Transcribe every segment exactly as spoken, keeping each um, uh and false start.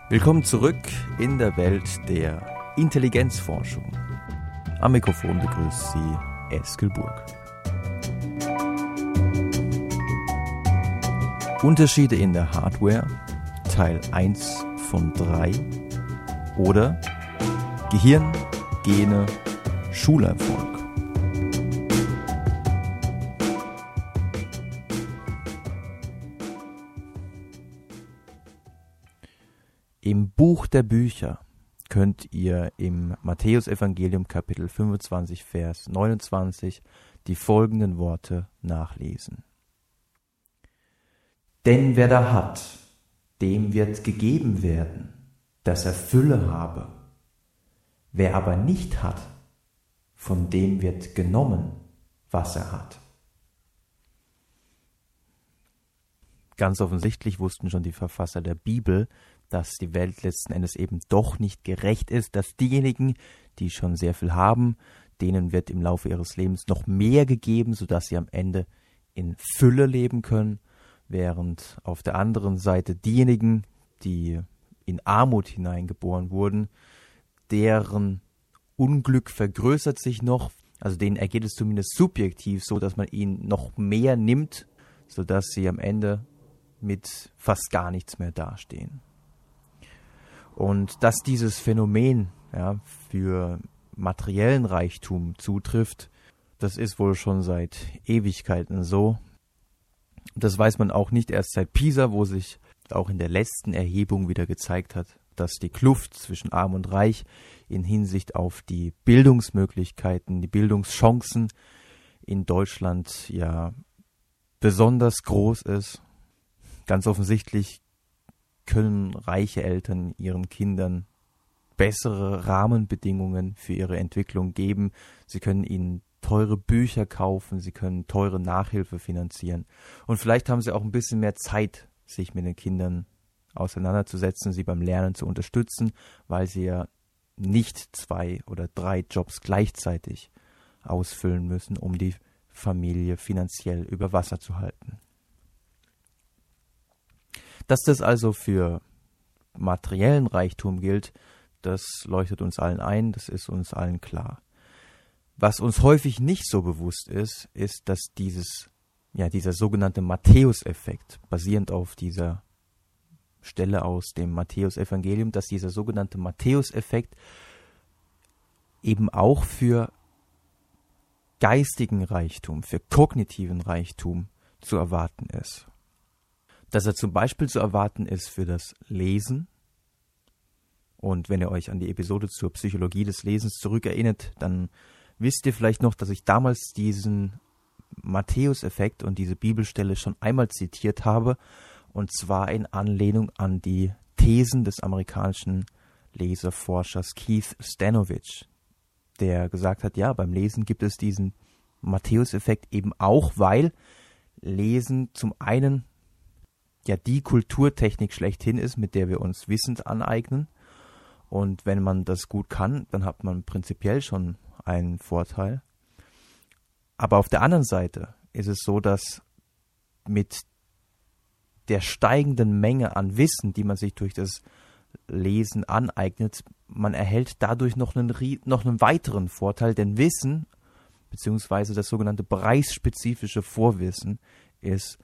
Willkommen zurück in der Welt der Intelligenzforschung. Am Mikrofon begrüßt Sie Eskil Burg. Unterschiede in der Hardware, Teil eins von drei oder Gehirn, Gene, Schulerfolg. Im Buch der Bücher könnt ihr im Matthäusevangelium Kapitel fünfundzwanzig, Vers neunundzwanzig die folgenden Worte nachlesen. Denn wer da hat, dem wird gegeben werden, dass er Fülle habe. Wer aber nicht hat, von dem wird genommen, was er hat. Ganz offensichtlich wussten schon die Verfasser der Bibel, dass die Welt letzten Endes eben doch nicht gerecht ist, dass diejenigen, die schon sehr viel haben, denen wird im Laufe ihres Lebens noch mehr gegeben, sodass sie am Ende in Fülle leben können, während auf der anderen Seite diejenigen, die in Armut hineingeboren wurden, deren Unglück vergrößert sich noch, also denen ergeht es zumindest subjektiv so, dass man ihnen noch mehr nimmt, sodass sie am Ende mit fast gar nichts mehr dastehen. Und dass dieses Phänomen ja, für materiellen Reichtum zutrifft, das ist wohl schon seit Ewigkeiten so. Das weiß man auch nicht erst seit Pisa, wo sich auch in der letzten Erhebung wieder gezeigt hat, dass die Kluft zwischen Arm und Reich in Hinsicht auf die Bildungsmöglichkeiten, die Bildungschancen in Deutschland ja besonders groß ist. Ganz offensichtlich können reiche Eltern ihren Kindern bessere Rahmenbedingungen für ihre Entwicklung geben. Sie können ihnen teure Bücher kaufen, sie können teure Nachhilfe finanzieren. Und vielleicht haben sie auch ein bisschen mehr Zeit, sich mit den Kindern auseinanderzusetzen, sie beim Lernen zu unterstützen, weil sie ja nicht zwei oder drei Jobs gleichzeitig ausfüllen müssen, um die Familie finanziell über Wasser zu halten. Dass das also für materiellen Reichtum gilt, das leuchtet uns allen ein, das ist uns allen klar. Was uns häufig nicht so bewusst ist, ist, dass dieses, ja, dieser sogenannte Matthäuseffekt, basierend auf dieser Stelle aus dem Matthäusevangelium, dass dieser sogenannte Matthäuseffekt eben auch für geistigen Reichtum, für kognitiven Reichtum zu erwarten ist. Dass er zum Beispiel zu erwarten ist für das Lesen. Und wenn ihr euch an die Episode zur Psychologie des Lesens zurückerinnert, dann wisst ihr vielleicht noch, dass ich damals diesen Matthäuseffekt und diese Bibelstelle schon einmal zitiert habe, und zwar in Anlehnung an die Thesen des amerikanischen Leseforschers Keith Stanovich, der gesagt hat, ja, beim Lesen gibt es diesen Matthäuseffekt eben auch, weil Lesen zum einen ja die Kulturtechnik schlechthin ist, mit der wir uns Wissens aneignen. Und wenn man das gut kann, dann hat man prinzipiell schon einen Vorteil. Aber auf der anderen Seite ist es so, dass mit der steigenden Menge an Wissen, die man sich durch das Lesen aneignet, man erhält dadurch noch einen, noch einen weiteren Vorteil, denn Wissen, beziehungsweise das sogenannte bereichsspezifische Vorwissen, ist,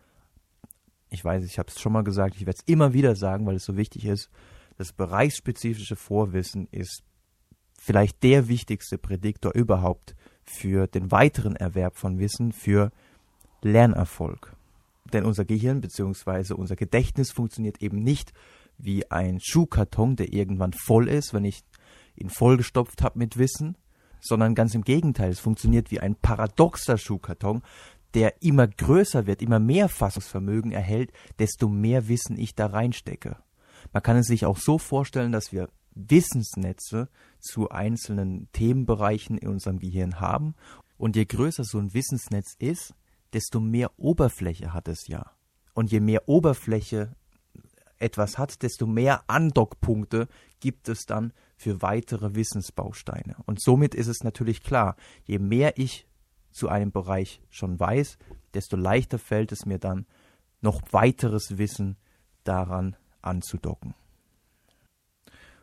ich weiß, ich habe es schon mal gesagt, ich werde es immer wieder sagen, weil es so wichtig ist, das bereichsspezifische Vorwissen ist vielleicht der wichtigste Prädiktor überhaupt für den weiteren Erwerb von Wissen, für Lernerfolg. Denn unser Gehirn bzw. unser Gedächtnis funktioniert eben nicht wie ein Schuhkarton, der irgendwann voll ist, wenn ich ihn vollgestopft habe mit Wissen, sondern ganz im Gegenteil, es funktioniert wie ein paradoxer Schuhkarton, der immer größer wird, immer mehr Fassungsvermögen erhält, desto mehr Wissen ich da reinstecke. Man kann es sich auch so vorstellen, dass wir Wissensnetze zu einzelnen Themenbereichen in unserem Gehirn haben. Und je größer so ein Wissensnetz ist, desto mehr Oberfläche hat es ja. Und je mehr Oberfläche etwas hat, desto mehr Andockpunkte gibt es dann für weitere Wissensbausteine. Und somit ist es natürlich klar, je mehr ich zu einem Bereich schon weiß, desto leichter fällt es mir dann, noch weiteres Wissen daran anzudocken.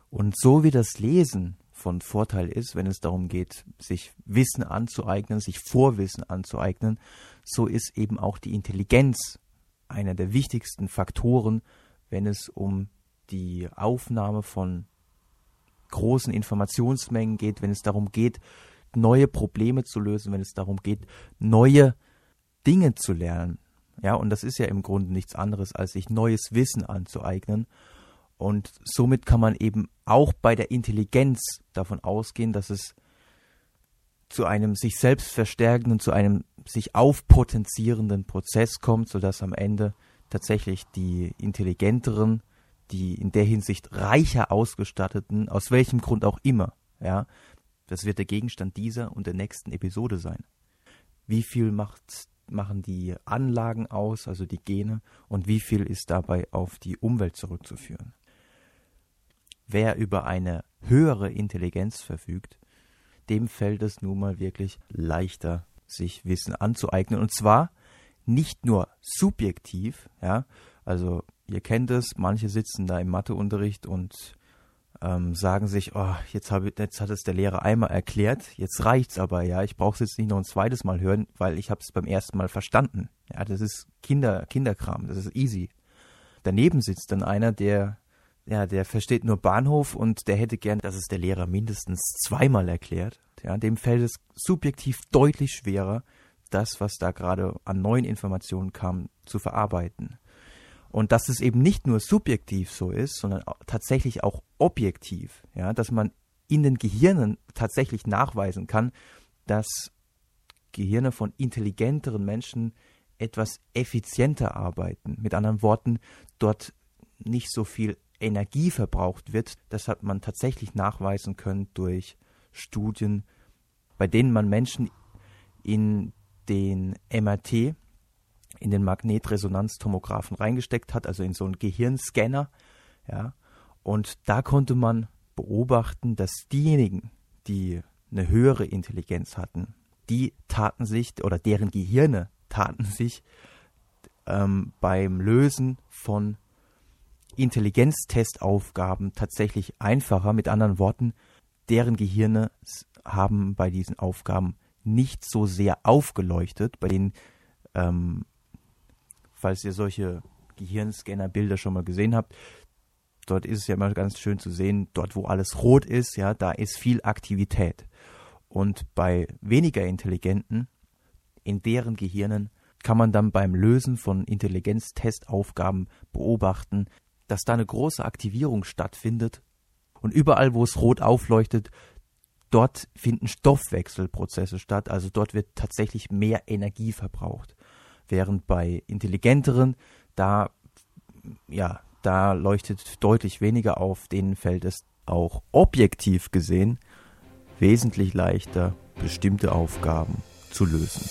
Und so wie das Lesen von Vorteil ist, wenn es darum geht, sich Wissen anzueignen, sich Vorwissen anzueignen, so ist eben auch die Intelligenz einer der wichtigsten Faktoren, wenn es um die Aufnahme von großen Informationsmengen geht, wenn es darum geht, neue Probleme zu lösen, wenn es darum geht, neue Dinge zu lernen. Ja, und das ist ja im Grunde nichts anderes, als sich neues Wissen anzueignen. Und somit kann man eben auch bei der Intelligenz davon ausgehen, dass es zu einem sich selbst verstärkenden, zu einem sich aufpotenzierenden Prozess kommt, sodass am Ende tatsächlich die intelligenteren, die in der Hinsicht reicher ausgestatteten, aus welchem Grund auch immer, ja, das wird der Gegenstand dieser und der nächsten Episode sein. Wie viel macht, machen die Anlagen aus, also die Gene, und wie viel ist dabei auf die Umwelt zurückzuführen? Wer über eine höhere Intelligenz verfügt, dem fällt es nun mal wirklich leichter, sich Wissen anzueignen. Und zwar nicht nur subjektiv, ja, also ihr kennt es, manche sitzen da im Matheunterricht und ähm, sagen sich, oh, jetzt, hab ich, jetzt hat es der Lehrer einmal erklärt, jetzt reicht's aber, ja, ich brauche es jetzt nicht noch ein zweites Mal hören, weil ich habe es beim ersten Mal verstanden. Ja, das ist Kinder, Kinderkram, das ist easy. Daneben sitzt dann einer, der Ja, der versteht nur Bahnhof und der hätte gern, dass es der Lehrer mindestens zweimal erklärt. Ja, dem fällt es subjektiv deutlich schwerer, das, was da gerade an neuen Informationen kam, zu verarbeiten. Und dass es eben nicht nur subjektiv so ist, sondern auch tatsächlich auch objektiv. Ja, dass man in den Gehirnen tatsächlich nachweisen kann, dass Gehirne von intelligenteren Menschen etwas effizienter arbeiten. Mit anderen Worten, dort nicht so viel Energie verbraucht wird. Das hat man tatsächlich nachweisen können durch Studien, bei denen man Menschen in den M R T, in den Magnetresonanztomographen reingesteckt hat, also in so einen Gehirnscanner. Ja, und da konnte man beobachten, dass diejenigen, die eine höhere Intelligenz hatten, die taten sich, oder deren Gehirne taten sich ähm, beim Lösen von Intelligenztestaufgaben tatsächlich einfacher. Mit anderen Worten, deren Gehirne haben bei diesen Aufgaben nicht so sehr aufgeleuchtet. Bei denen, ähm, falls ihr solche Gehirnscanner-Bilder schon mal gesehen habt, dort ist es ja immer ganz schön zu sehen, dort wo alles rot ist, ja, da ist viel Aktivität. Und bei weniger Intelligenten, in deren Gehirnen, kann man dann beim Lösen von Intelligenztestaufgaben beobachten, dass da eine große Aktivierung stattfindet und überall, wo es rot aufleuchtet, dort finden Stoffwechselprozesse statt, also dort wird tatsächlich mehr Energie verbraucht. Während bei intelligenteren, da, ja, da leuchtet deutlich weniger auf, denen fällt es auch objektiv gesehen wesentlich leichter, bestimmte Aufgaben zu lösen.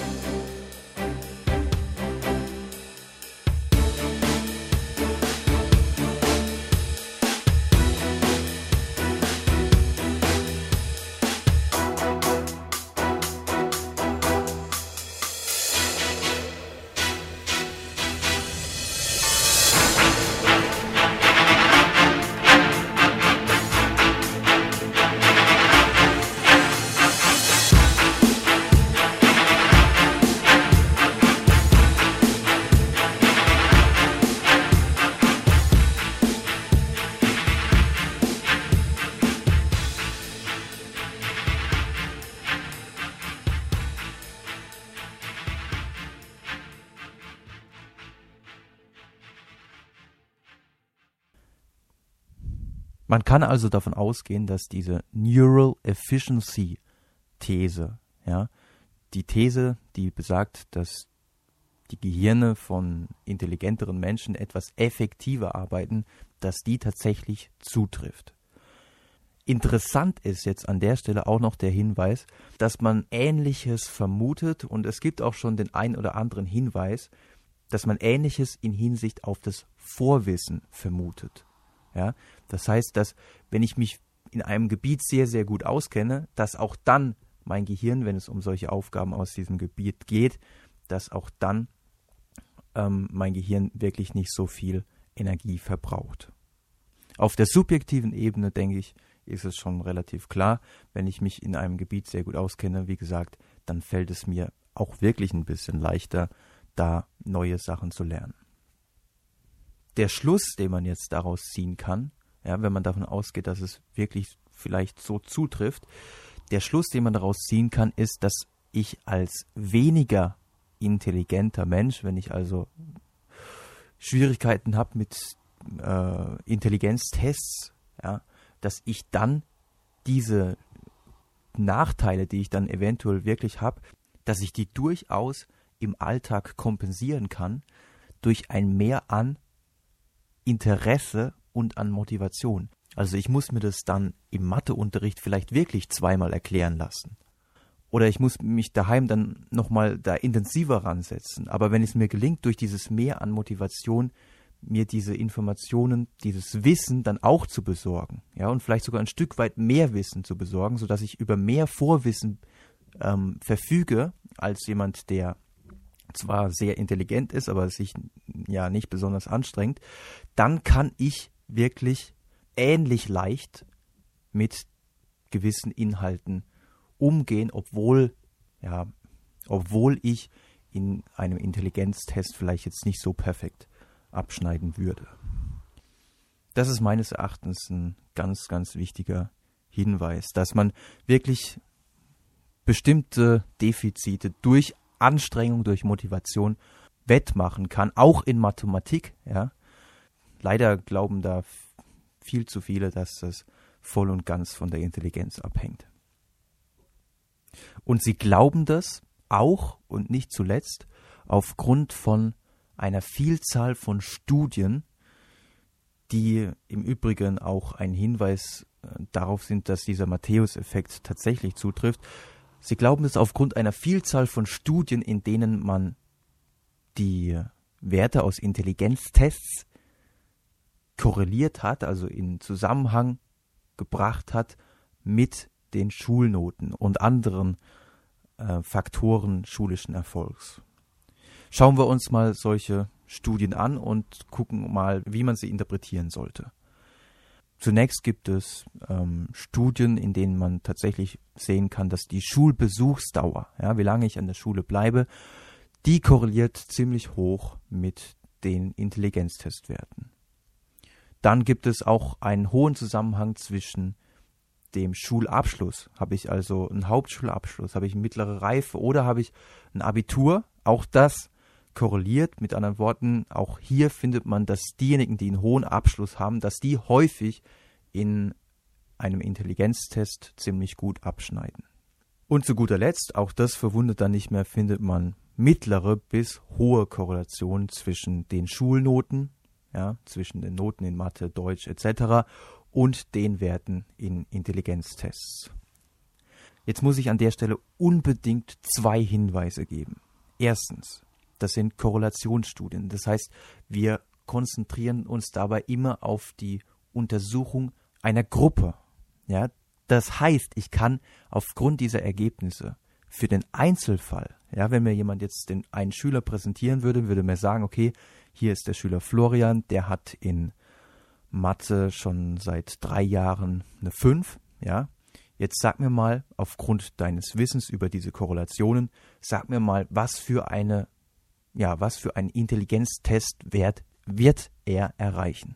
Man kann also davon ausgehen, dass diese Neural Efficiency These, ja, die These, die besagt, dass die Gehirne von intelligenteren Menschen etwas effektiver arbeiten, dass die tatsächlich zutrifft. Interessant ist jetzt an der Stelle auch noch der Hinweis, dass man Ähnliches vermutet, und es gibt auch schon den ein oder anderen Hinweis, dass man Ähnliches in Hinsicht auf das Vorwissen vermutet. Ja, das heißt, dass wenn ich mich in einem Gebiet sehr, sehr gut auskenne, dass auch dann mein Gehirn, wenn es um solche Aufgaben aus diesem Gebiet geht, dass auch dann ähm, mein Gehirn wirklich nicht so viel Energie verbraucht. Auf der subjektiven Ebene, denke ich, ist es schon relativ klar. Wenn ich mich in einem Gebiet sehr gut auskenne, wie gesagt, dann fällt es mir auch wirklich ein bisschen leichter, da neue Sachen zu lernen. Der Schluss, den man jetzt daraus ziehen kann, ja, wenn man davon ausgeht, dass es wirklich vielleicht so zutrifft, der Schluss, den man daraus ziehen kann, ist, dass ich als weniger intelligenter Mensch, wenn ich also Schwierigkeiten habe mit äh, Intelligenztests, ja, dass ich dann diese Nachteile, die ich dann eventuell wirklich habe, dass ich die durchaus im Alltag kompensieren kann durch ein Mehr an Interesse und an Motivation. Also ich muss mir das dann im Matheunterricht vielleicht wirklich zweimal erklären lassen. Oder ich muss mich daheim dann nochmal da intensiver ransetzen. Aber wenn es mir gelingt, durch dieses Mehr an Motivation mir diese Informationen, dieses Wissen dann auch zu besorgen, ja, und vielleicht sogar ein Stück weit mehr Wissen zu besorgen, sodass ich über mehr Vorwissen ähm, verfüge, als jemand, der zwar sehr intelligent ist, aber sich ja nicht besonders anstrengt, dann kann ich wirklich ähnlich leicht mit gewissen Inhalten umgehen, obwohl, ja, obwohl ich in einem Intelligenztest vielleicht jetzt nicht so perfekt abschneiden würde. Das ist meines Erachtens ein ganz, ganz wichtiger Hinweis, dass man wirklich bestimmte Defizite durch Anstrengung, durch Motivation wettmachen kann, auch in Mathematik. Ja. Leider glauben da viel zu viele, dass das voll und ganz von der Intelligenz abhängt. Und sie glauben das auch und nicht zuletzt aufgrund von einer Vielzahl von Studien, die im Übrigen auch ein Hinweis darauf sind, dass dieser Matthäus-Effekt tatsächlich zutrifft. Sie glauben es aufgrund einer Vielzahl von Studien, in denen man die Werte aus Intelligenztests korreliert hat, also in Zusammenhang gebracht hat mit den Schulnoten und anderen äh, Faktoren schulischen Erfolgs. Schauen wir uns mal solche Studien an und gucken mal, wie man sie interpretieren sollte. Zunächst gibt es ähm, Studien, in denen man tatsächlich sehen kann, dass die Schulbesuchsdauer, ja, wie lange ich an der Schule bleibe, die korreliert ziemlich hoch mit den Intelligenztestwerten. Dann gibt es auch einen hohen Zusammenhang zwischen dem Schulabschluss. Habe ich also einen Hauptschulabschluss, habe ich eine mittlere Reife oder habe ich ein Abitur? Auch das korreliert. Mit anderen Worten, auch hier findet man, dass diejenigen, die einen hohen Abschluss haben, dass die häufig in einem Intelligenztest ziemlich gut abschneiden. Und zu guter Letzt, auch das verwundert dann nicht mehr, findet man mittlere bis hohe Korrelationen zwischen den Schulnoten, ja, zwischen den Noten in Mathe, Deutsch et cetera und den Werten in Intelligenztests. Jetzt muss ich an der Stelle unbedingt zwei Hinweise geben. Erstens, das sind Korrelationsstudien. Das heißt, wir konzentrieren uns dabei immer auf die Untersuchung einer Gruppe. Ja, das heißt, ich kann aufgrund dieser Ergebnisse für den Einzelfall, ja, wenn mir jemand jetzt den einen Schüler präsentieren würde, würde mir sagen, okay, hier ist der Schüler Florian, der hat in Mathe schon seit drei Jahren eine fünf, ja. Jetzt sag mir mal, aufgrund deines Wissens über diese Korrelationen, sag mir mal, was für eine, ja, was für einen Intelligenztestwert wird er erreichen?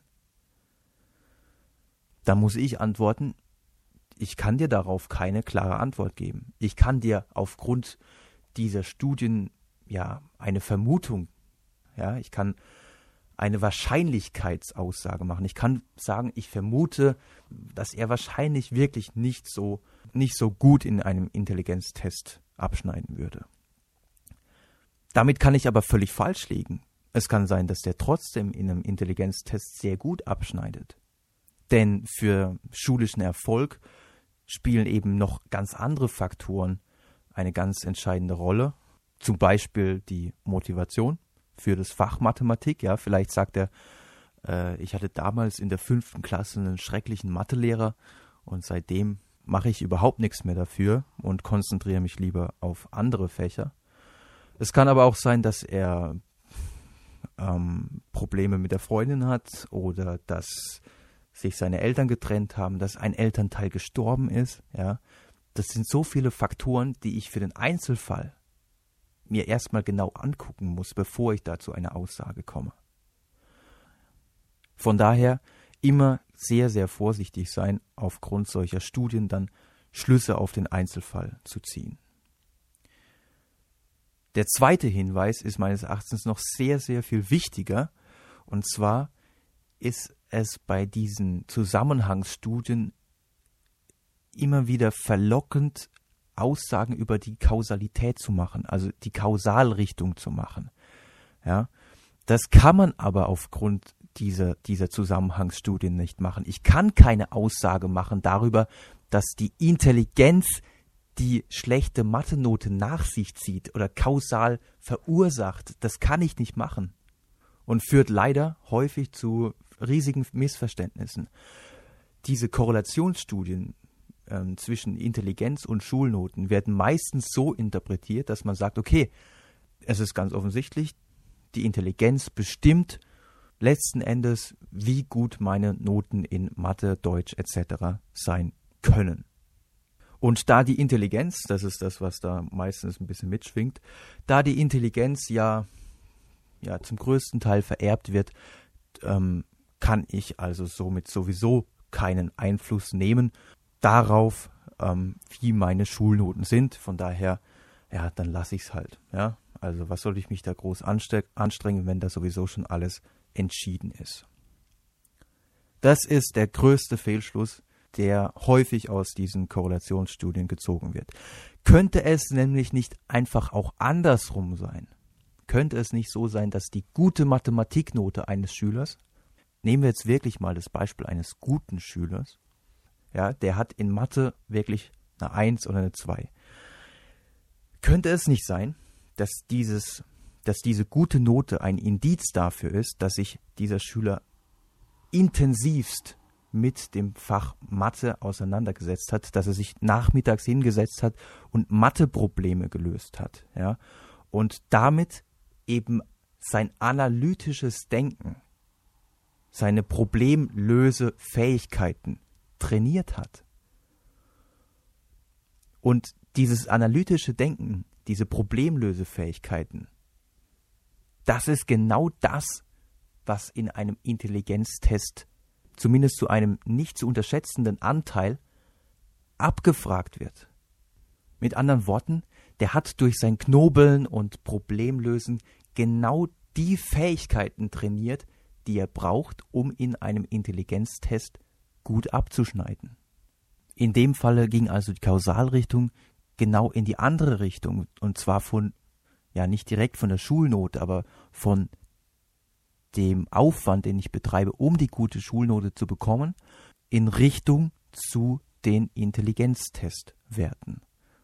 Da muss ich antworten, ich kann dir darauf keine klare Antwort geben. Ich kann dir aufgrund dieser Studien, ja, eine Vermutung, ja, ich kann eine Wahrscheinlichkeitsaussage machen. Ich kann sagen, ich vermute, dass er wahrscheinlich wirklich nicht so, nicht so gut in einem Intelligenztest abschneiden würde. Damit kann ich aber völlig falsch liegen. Es kann sein, dass der trotzdem in einem Intelligenztest sehr gut abschneidet. Denn für schulischen Erfolg spielen eben noch ganz andere Faktoren eine ganz entscheidende Rolle. Zum Beispiel die Motivation für das Fach Mathematik. Ja, vielleicht sagt er, äh, ich hatte damals in der fünften Klasse einen schrecklichen Mathelehrer und seitdem mache ich überhaupt nichts mehr dafür und konzentriere mich lieber auf andere Fächer. Es kann aber auch sein, dass er ähm, Probleme mit der Freundin hat oder dass sich seine Eltern getrennt haben, dass ein Elternteil gestorben ist, ja. Das sind so viele Faktoren, die ich für den Einzelfall mir erstmal genau angucken muss, bevor ich da zu einer Aussage komme. Von daher immer sehr, sehr vorsichtig sein, aufgrund solcher Studien dann Schlüsse auf den Einzelfall zu ziehen. Der zweite Hinweis ist meines Erachtens noch sehr, sehr viel wichtiger. Und zwar ist es bei diesen Zusammenhangsstudien immer wieder verlockend, Aussagen über die Kausalität zu machen, also die Kausalrichtung zu machen. Ja, das kann man aber aufgrund dieser, dieser Zusammenhangsstudien nicht machen. Ich kann keine Aussage machen darüber, dass die Intelligenz die schlechte Mathe-Note nach sich zieht oder kausal verursacht. Das kann ich nicht machen und führt leider häufig zu riesigen Missverständnissen. Diese Korrelationsstudien ähm, zwischen Intelligenz und Schulnoten werden meistens so interpretiert, dass man sagt, okay, es ist ganz offensichtlich, die Intelligenz bestimmt letzten Endes, wie gut meine Noten in Mathe, Deutsch et cetera sein können. Und da die Intelligenz, das ist das, was da meistens ein bisschen mitschwingt, da die Intelligenz ja, ja zum größten Teil vererbt wird, ähm, kann ich also somit sowieso keinen Einfluss nehmen darauf, ähm, wie meine Schulnoten sind. Von daher, ja, dann lasse ich es halt. Ja? Also was soll ich mich da groß anste- anstrengen, wenn da sowieso schon alles entschieden ist. Das ist der größte Fehlschluss, der häufig aus diesen Korrelationsstudien gezogen wird. Könnte es nämlich nicht einfach auch andersrum sein? Könnte es nicht so sein, dass die gute Mathematiknote eines Schülers, nehmen wir jetzt wirklich mal das Beispiel eines guten Schülers, ja, der hat in Mathe wirklich eine eins oder eine zwei. Könnte es nicht sein, dass dieses, dass diese gute Note ein Indiz dafür ist, dass sich dieser Schüler intensivst mit dem Fach Mathe auseinandergesetzt hat, dass er sich nachmittags hingesetzt hat und Matheprobleme gelöst hat, ja, und damit eben sein analytisches Denken, seine Problemlösefähigkeiten trainiert hat. Und dieses analytische Denken, diese Problemlösefähigkeiten, das ist genau das, was in einem Intelligenztest zumindest zu einem nicht zu unterschätzenden Anteil abgefragt wird. Mit anderen Worten, der hat durch sein Knobeln und Problemlösen genau die Fähigkeiten trainiert, die er braucht, um in einem Intelligenztest gut abzuschneiden. In dem Falle ging also die Kausalrichtung genau in die andere Richtung, und zwar von, ja nicht direkt von der Schulnote, aber von dem Aufwand, den ich betreibe, um die gute Schulnote zu bekommen, in Richtung zu den Intelligenztestwerten.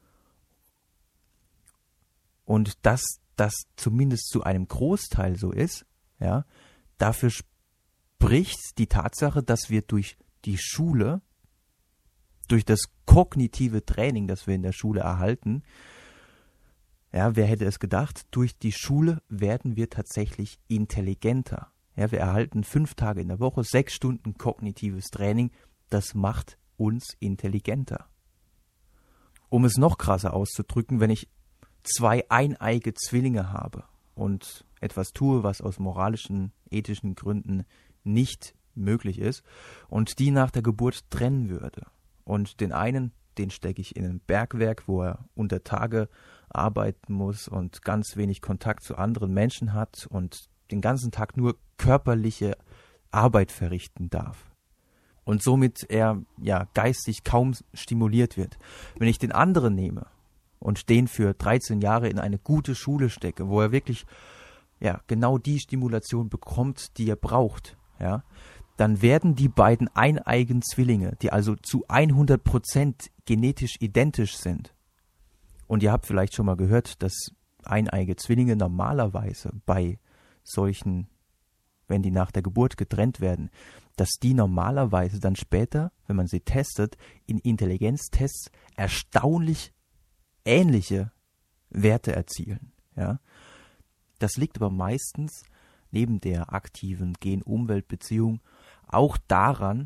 Und dass das zumindest zu einem Großteil so ist, ja, dafür spricht die Tatsache, dass wir durch die Schule, durch das kognitive Training, das wir in der Schule erhalten, ja, wer hätte es gedacht, durch die Schule werden wir tatsächlich intelligenter. Ja, wir erhalten fünf Tage in der Woche, sechs Stunden kognitives Training, das macht uns intelligenter. Um es noch krasser auszudrücken, wenn ich zwei eineige Zwillinge habe und etwas tue, was aus moralischen, ethischen Gründen nicht möglich ist und die nach der Geburt trennen würde und den einen, den stecke ich in ein Bergwerk, wo er unter Tage arbeiten muss und ganz wenig Kontakt zu anderen Menschen hat und den ganzen Tag nur körperliche Arbeit verrichten darf und somit er ja geistig kaum stimuliert wird. Wenn ich den anderen nehme und den für dreizehn Jahre in eine gute Schule stecke, wo er wirklich ja genau die Stimulation bekommt, die er braucht, ja, dann werden die beiden eineigen Zwillinge, die also zu hundert Prozent genetisch identisch sind. Und ihr habt vielleicht schon mal gehört, dass eineige Zwillinge normalerweise bei solchen, wenn die nach der Geburt getrennt werden, dass die normalerweise dann später, wenn man sie testet, in Intelligenztests erstaunlich ähnliche Werte erzielen. Ja? Das liegt aber meistens neben der aktiven Gen-Umwelt-Beziehung auch daran,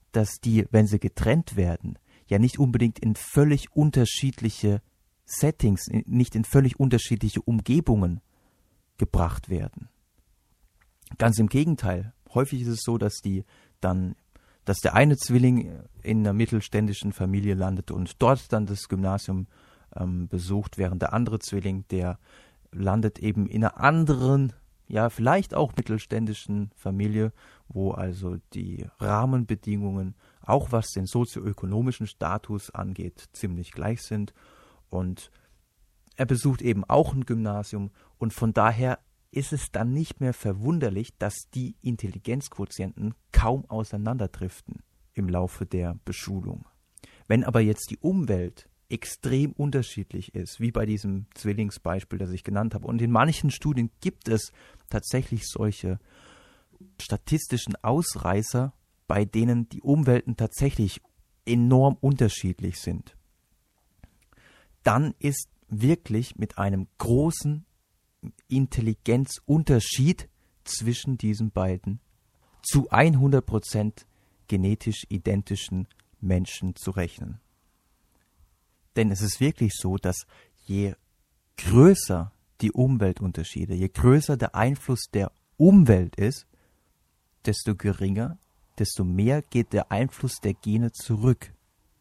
dass die, wenn sie getrennt werden, ja nicht unbedingt in völlig unterschiedliche Settings, nicht in völlig unterschiedliche Umgebungen gebracht werden. Ganz im Gegenteil. Häufig ist es so, dass die dann, dass der eine Zwilling in einer mittelständischen Familie landet und dort dann das Gymnasium ähm, besucht, während der andere Zwilling, der landet eben in einer anderen, ja vielleicht auch mittelständischen Familie, wo also die Rahmenbedingungen, auch was den sozioökonomischen Status angeht, ziemlich gleich sind. Und er besucht eben auch ein Gymnasium und von daher ist es dann nicht mehr verwunderlich, dass die Intelligenzquotienten kaum auseinanderdriften im Laufe der Beschulung. Wenn aber jetzt die Umwelt extrem unterschiedlich ist, wie bei diesem Zwillingsbeispiel, das ich genannt habe, und in manchen Studien gibt es tatsächlich solche statistischen Ausreißer, bei denen die Umwelten tatsächlich enorm unterschiedlich sind, dann ist wirklich mit einem großen Intelligenzunterschied zwischen diesen beiden zu hundert Prozent genetisch identischen Menschen zu rechnen. Denn es ist wirklich so, dass je größer die Umweltunterschiede, je größer der Einfluss der Umwelt ist, desto geringer, desto mehr geht der Einfluss der Gene zurück.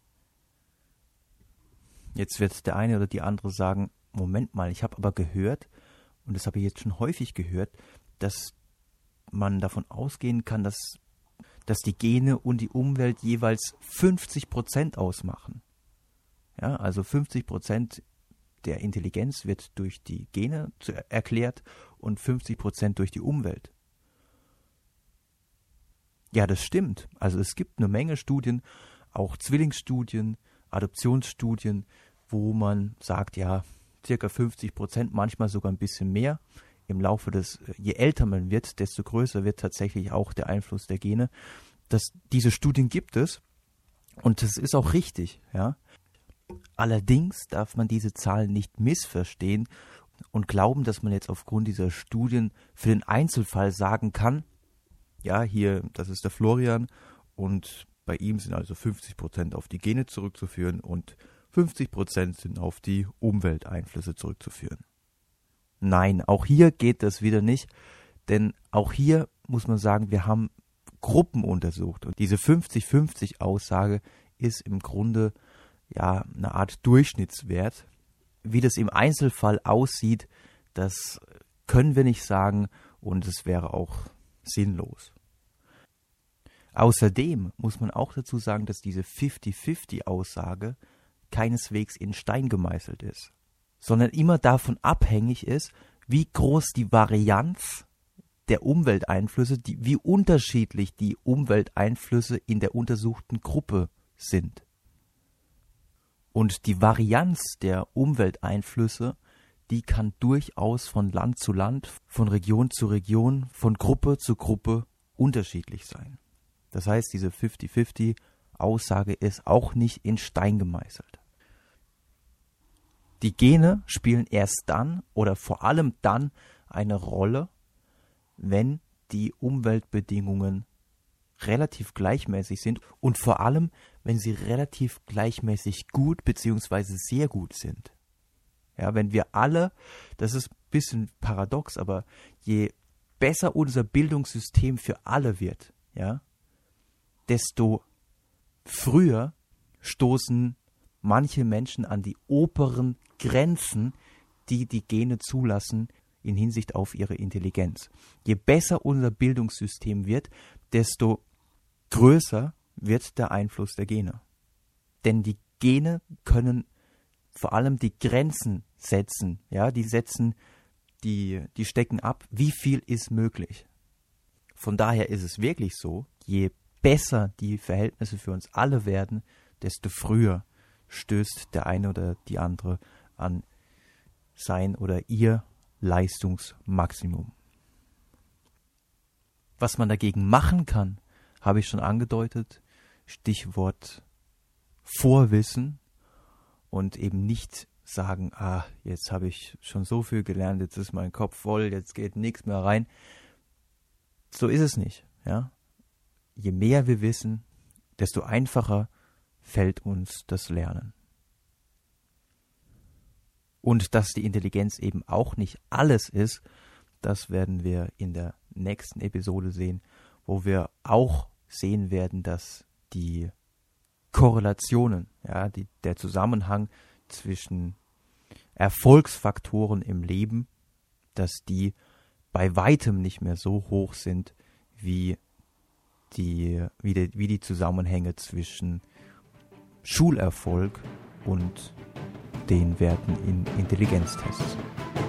Jetzt wird der eine oder die andere sagen, Moment mal, ich habe aber gehört, und das habe ich jetzt schon häufig gehört, dass man davon ausgehen kann, dass, dass die Gene und die Umwelt jeweils fünfzig Prozent ausmachen. Ja, also fünfzig Prozent der Intelligenz wird durch die Gene zu, erklärt und fünfzig Prozent durch die Umwelt. Ja, das stimmt. Also es gibt eine Menge Studien, auch Zwillingsstudien, Adoptionsstudien, wo man sagt, ja, circa fünfzig Prozent, manchmal sogar ein bisschen mehr. Im Laufe des, je älter man wird, desto größer wird tatsächlich auch der Einfluss der Gene. Das, diese Studien gibt es und das ist auch richtig, ja. Allerdings darf man diese Zahlen nicht missverstehen und glauben, dass man jetzt aufgrund dieser Studien für den Einzelfall sagen kann, ja, hier, das ist der Florian und bei ihm sind also fünfzig Prozent auf die Gene zurückzuführen und fünfzig Prozent sind auf die Umwelteinflüsse zurückzuführen. Nein, auch hier geht das wieder nicht, denn auch hier muss man sagen, wir haben Gruppen untersucht und diese fünfzig fünfzig Aussage ist im Grunde ja eine Art Durchschnittswert. Wie das im Einzelfall aussieht, das können wir nicht sagen und es wäre auch sinnlos. Außerdem muss man auch dazu sagen, dass diese fünfzig fünfzig Aussage keineswegs in Stein gemeißelt ist, sondern immer davon abhängig ist, wie groß die Varianz der Umwelteinflüsse, die, wie unterschiedlich die Umwelteinflüsse in der untersuchten Gruppe sind. Und die Varianz der Umwelteinflüsse, die kann durchaus von Land zu Land, von Region zu Region, von Gruppe zu Gruppe unterschiedlich sein. Das heißt, diese fünfzig fünfzig Aussage ist auch nicht in Stein gemeißelt. Die Gene spielen erst dann oder vor allem dann eine Rolle, wenn die Umweltbedingungen relativ gleichmäßig sind und vor allem, wenn sie relativ gleichmäßig gut bzw. sehr gut sind. Ja, wenn wir alle, das ist ein bisschen paradox, aber je besser unser Bildungssystem für alle wird, ja, desto früher stoßen manche Menschen an die oberen Grenzen, die die Gene zulassen in Hinsicht auf ihre Intelligenz. Je besser unser Bildungssystem wird, desto größer wird der Einfluss der Gene. Denn die Gene können vor allem die Grenzen setzen, ja, die setzen, die, die stecken ab, wie viel ist möglich. Von daher ist es wirklich so, je besser die Verhältnisse für uns alle werden, desto früher stößt der eine oder die andere an sein oder ihr Leistungsmaximum. Was man dagegen machen kann, habe ich schon angedeutet, Stichwort Vorwissen und eben nicht sagen, ah, jetzt habe ich schon so viel gelernt, jetzt ist mein Kopf voll, jetzt geht nichts mehr rein. So ist es nicht, ja. Je mehr wir wissen, desto einfacher fällt uns das Lernen. Und dass die Intelligenz eben auch nicht alles ist, das werden wir in der nächsten Episode sehen, wo wir auch sehen werden, dass die Korrelationen, ja, die, der Zusammenhang zwischen Erfolgsfaktoren im Leben, dass die bei weitem nicht mehr so hoch sind, wie die, wie die, wie die Zusammenhänge zwischen Schulerfolg und den Werten in Intelligenztests.